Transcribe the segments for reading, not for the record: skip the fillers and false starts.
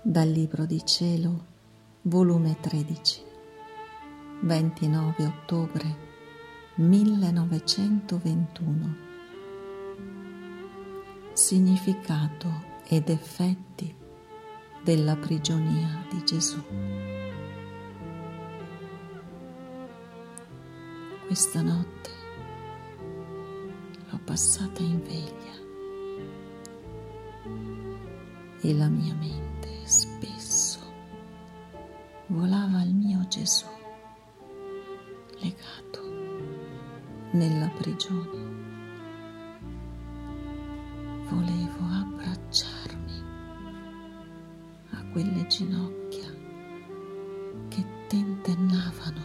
Dal Libro di Cielo, volume 13, 29 ottobre 1921. Significato ed effetti della prigionia di Gesù. Questa notte l'ho passata in veglia e la mia mente spesso volava al mio Gesù legato nella prigione. Volevo abbracciarmi a quelle ginocchia che tentennavano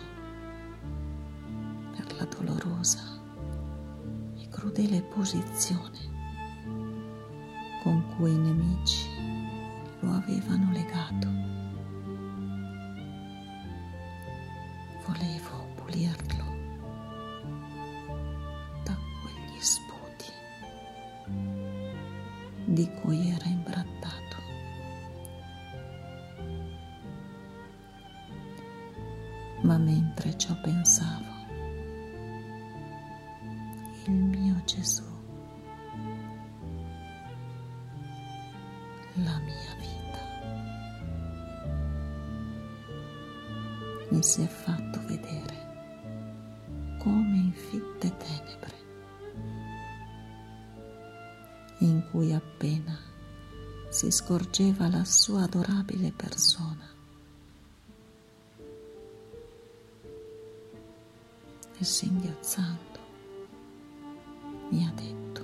per la dolorosa e crudele posizione con cui i nemici lo avevano legato. Volevo pulirlo da quegli sputi di cui era imbrattato. Ma mentre ciò pensavo, il mio Gesù, la mia vita, mi si è fatto vedere come in fitte tenebre, in cui appena si scorgeva la sua adorabile persona. E singhiozzando mi ha detto: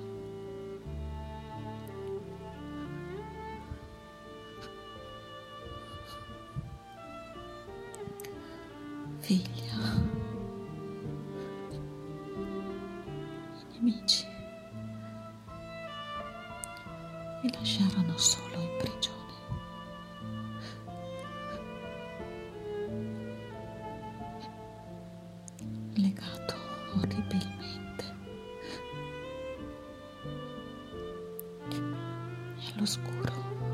figlia, i nemici mi lasciarono solo in prigione. Legato orribilmente e all'oscuro.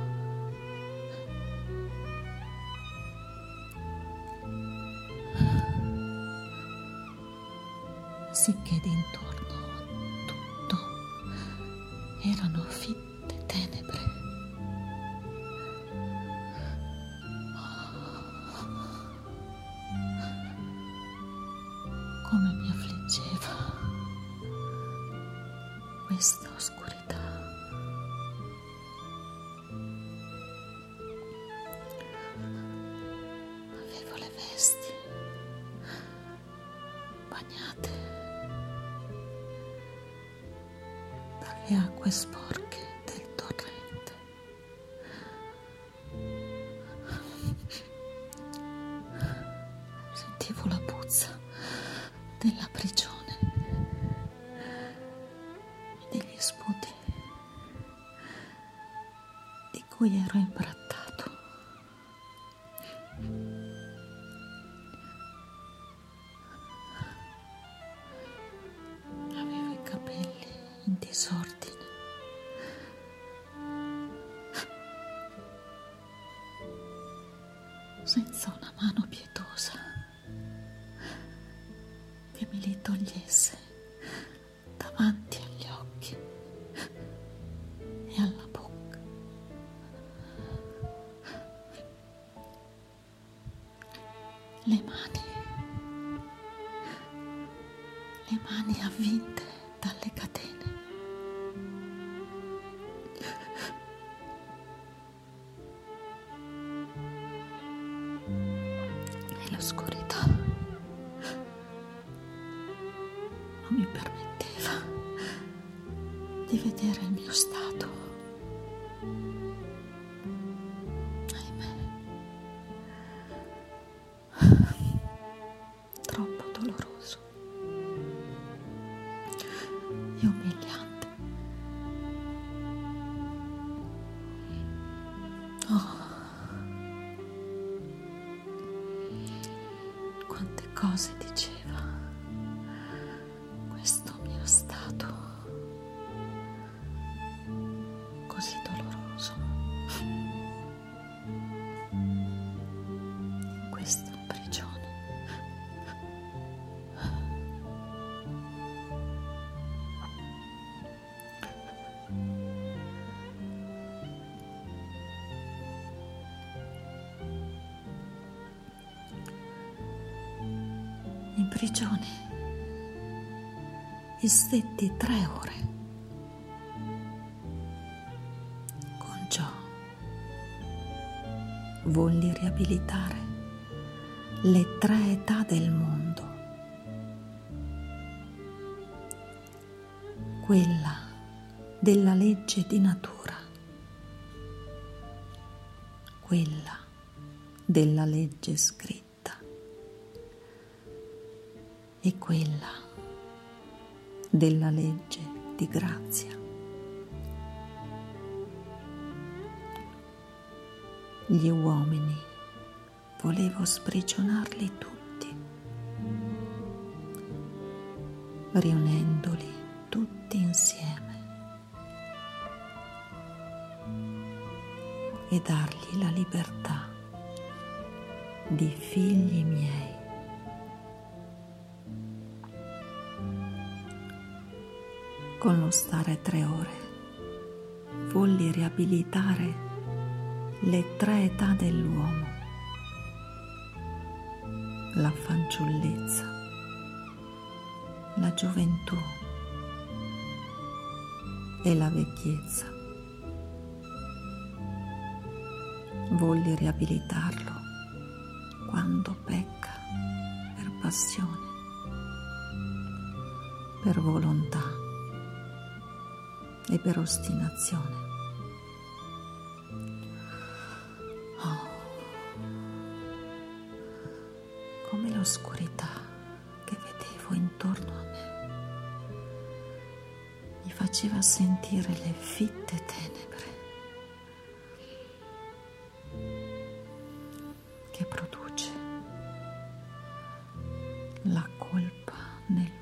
Sicché d'intorno tutto erano fitte tenebre. Come mi affliggeva questa oscurità. Avevo le vesti bagnate dalle acque sporche del torrente. Sentivo la puzza della prigione e degli sputi di cui ero imbrattato. Avevo i capelli in disordine. Senza una mano pietosa che me li togliesse davanti agli occhi e alla bocca. Le mani avvinte dalle catene. E l'oscurità non mi permetteva di vedere il mio stato. Ahimè, troppo doloroso e umiliante. Oh, quante cose diceva questo mio stato così doloroso. prigione e stetti 3 ore. Con ciò volli riabilitare le 3 età del mondo, quella della legge di natura, quella della legge scritta e quella della legge di grazia. Gli uomini volevo sprigionarli tutti, riunendoli tutti insieme e dargli la libertà di figli miei. Con lo stare 3 ore volli riabilitare le 3 età dell'uomo: la fanciullezza, la gioventù e la vecchiezza. Volli riabilitarlo quando pecca per passione, per volontà e per ostinazione. Oh, come l'oscurità che vedevo intorno a me mi faceva sentire le fitte tenebre che produce la colpa nell'uomo.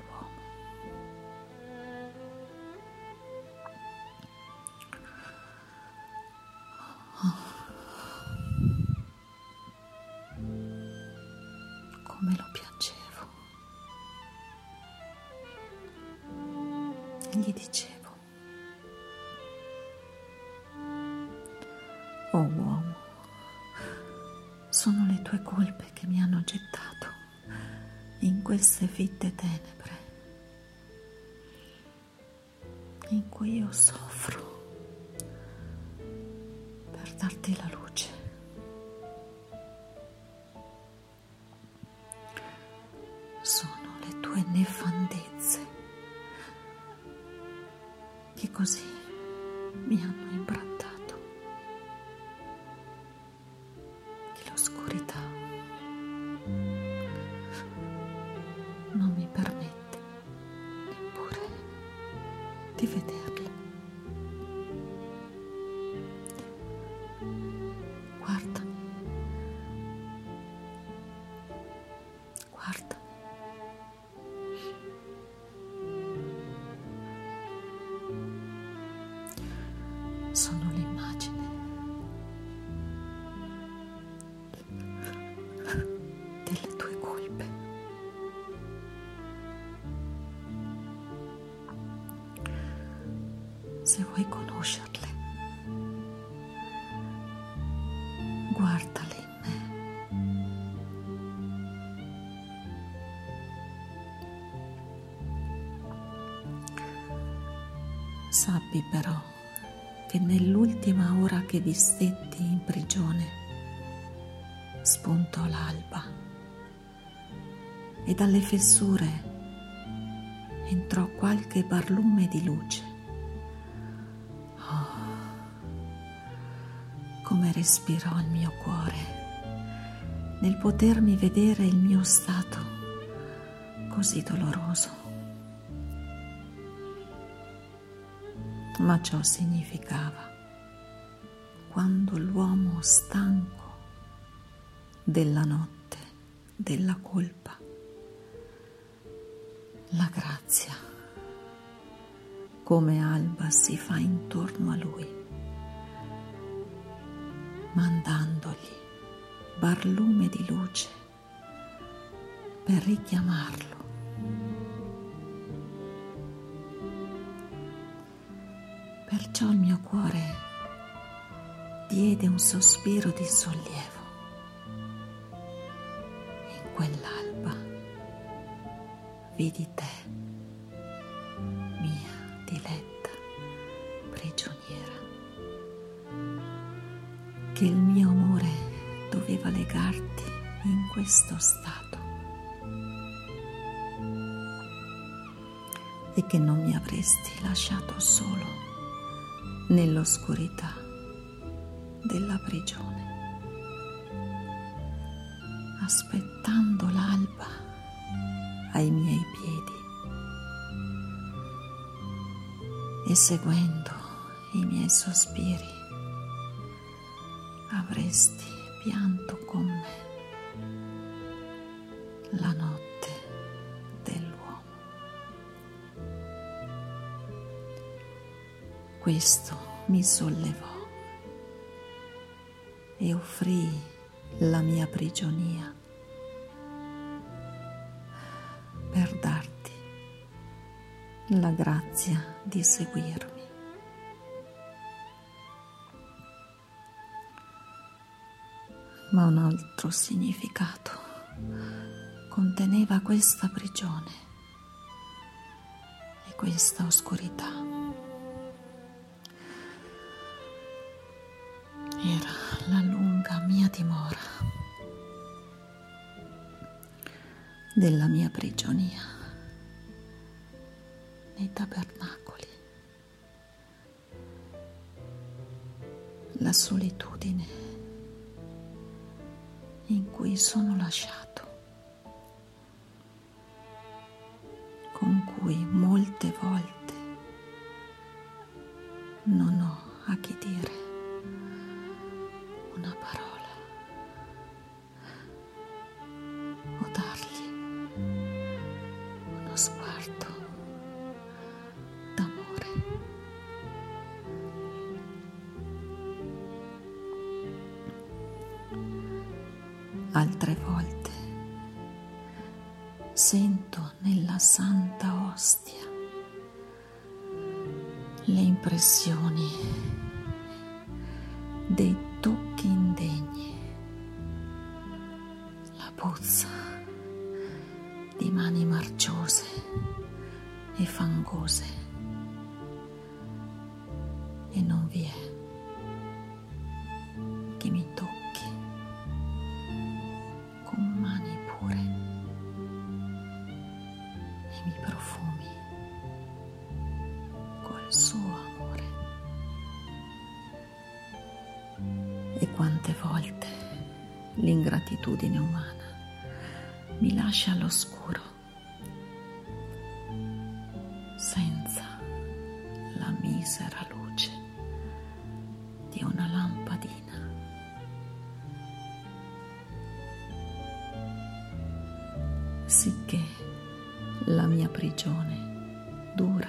Come lo piangevo e gli dicevo: oh uomo, sono le tue colpe che mi hanno gettato in queste fitte tenebre in cui io soffro per darti la luce. Sono le tue nefandezze che così mi hanno imbrattato, che l'oscurità non mi permette neppure di vederle. Guardami, guardami. Sono l'immagine delle tue colpe. Se vuoi conoscerle, guardale in me. Sappi però che nell'ultima ora che vi stetti in prigione spuntò l'alba e dalle fessure entrò qualche barlume di luce. Oh, come respirò il mio cuore nel potermi vedere il mio stato così doloroso. Ma ciò significava quando l'uomo stanco della notte, della colpa, la grazia come alba si fa intorno a lui, mandandogli barlume di luce per richiamarlo. Perciò il mio cuore diede un sospiro di sollievo in quell'alba vidi te, mia diletta prigioniera, che il mio amore doveva legarti in questo stato e che non mi avresti lasciato solo nell'oscurità della prigione, aspettando l'alba ai miei piedi e seguendo i miei sospiri avresti pianto con me la notte dell'uomo. Questo mi sollevò e offrii la mia prigionia per darti la grazia di seguirmi. Ma un altro significato conteneva questa prigione e questa oscurità. Era la lunga mia dimora della mia prigionia nei tabernacoli, la solitudine in cui sono lasciato, con cui molte volte non ho a chi dire una parola o dargli uno sguardo d'amore. Altre volte sento nella Santa Ostia le impressioni dei tocchi indegni, la puzza di mani marciose e fangose, e non vi è chi mi tocchi con mani pure e mi profumi col suo amore. E quante volte l'ingratitudine umana mi lascia all'oscuro, senza la misera luce di una lampadina. Sicché la mia prigione dura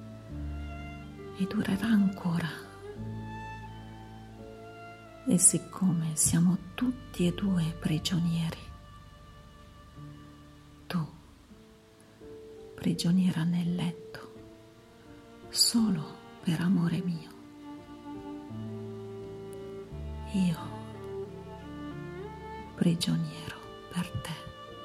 e durerà ancora. E siccome siamo tutti e due prigionieri, tu prigioniera nel letto, solo per amore mio, io prigioniero per te.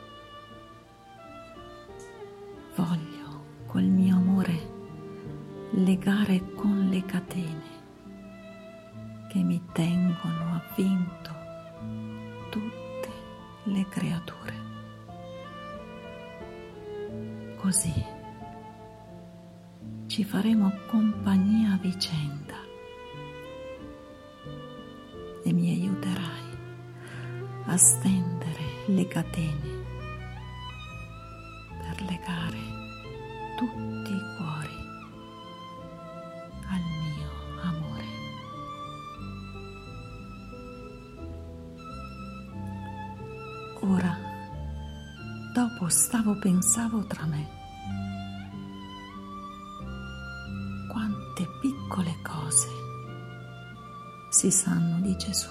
Voglio col mio amore legare con le catene che mi tengono avvinto tutte le creature. Così ci faremo compagnia a vicenda e mi aiuterai a stendere le catene per legare tutti i cuori al mio amore. Ora, dopo pensavo tra me, quante piccole cose si sanno di Gesù,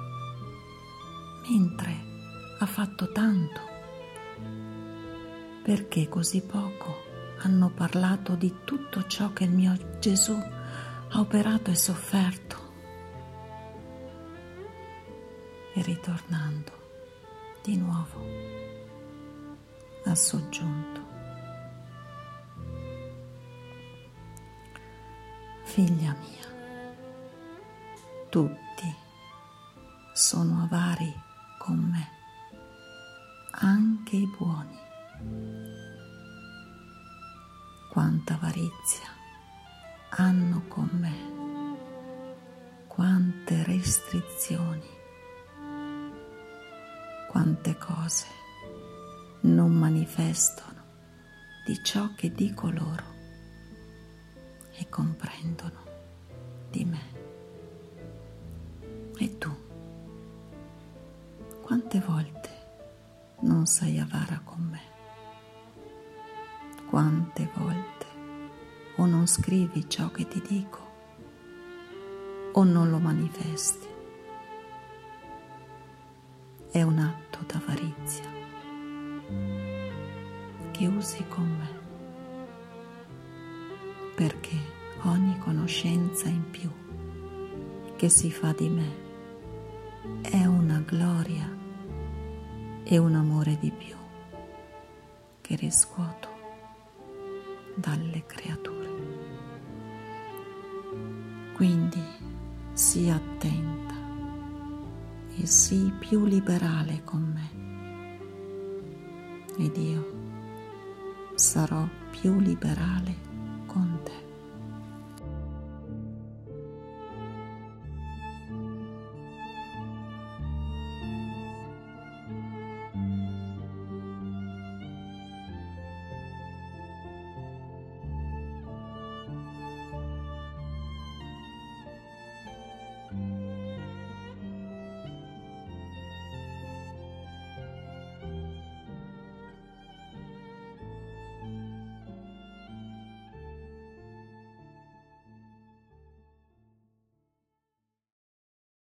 mentre ha fatto tanto. Perché così poco hanno parlato di tutto ciò che il mio Gesù ha operato e sofferto? E ritornando di nuovo ha soggiunto: Figlia mia, tutti sono avari con me, anche i buoni. Quanta avarizia hanno con me, quante restrizioni, quante cose non manifestano di ciò che dico loro e comprendono di me. E tu, quante volte non sei avara con me? Quante volte o non scrivi ciò che ti dico o non lo manifesti? È un atto d'avarizia che usi con me, perché ogni conoscenza in più che si fa di me è una gloria e un amore di più che riscuoto dalle creature. Quindi sii attenta e sii più liberale con me ed io sarò più liberale con te.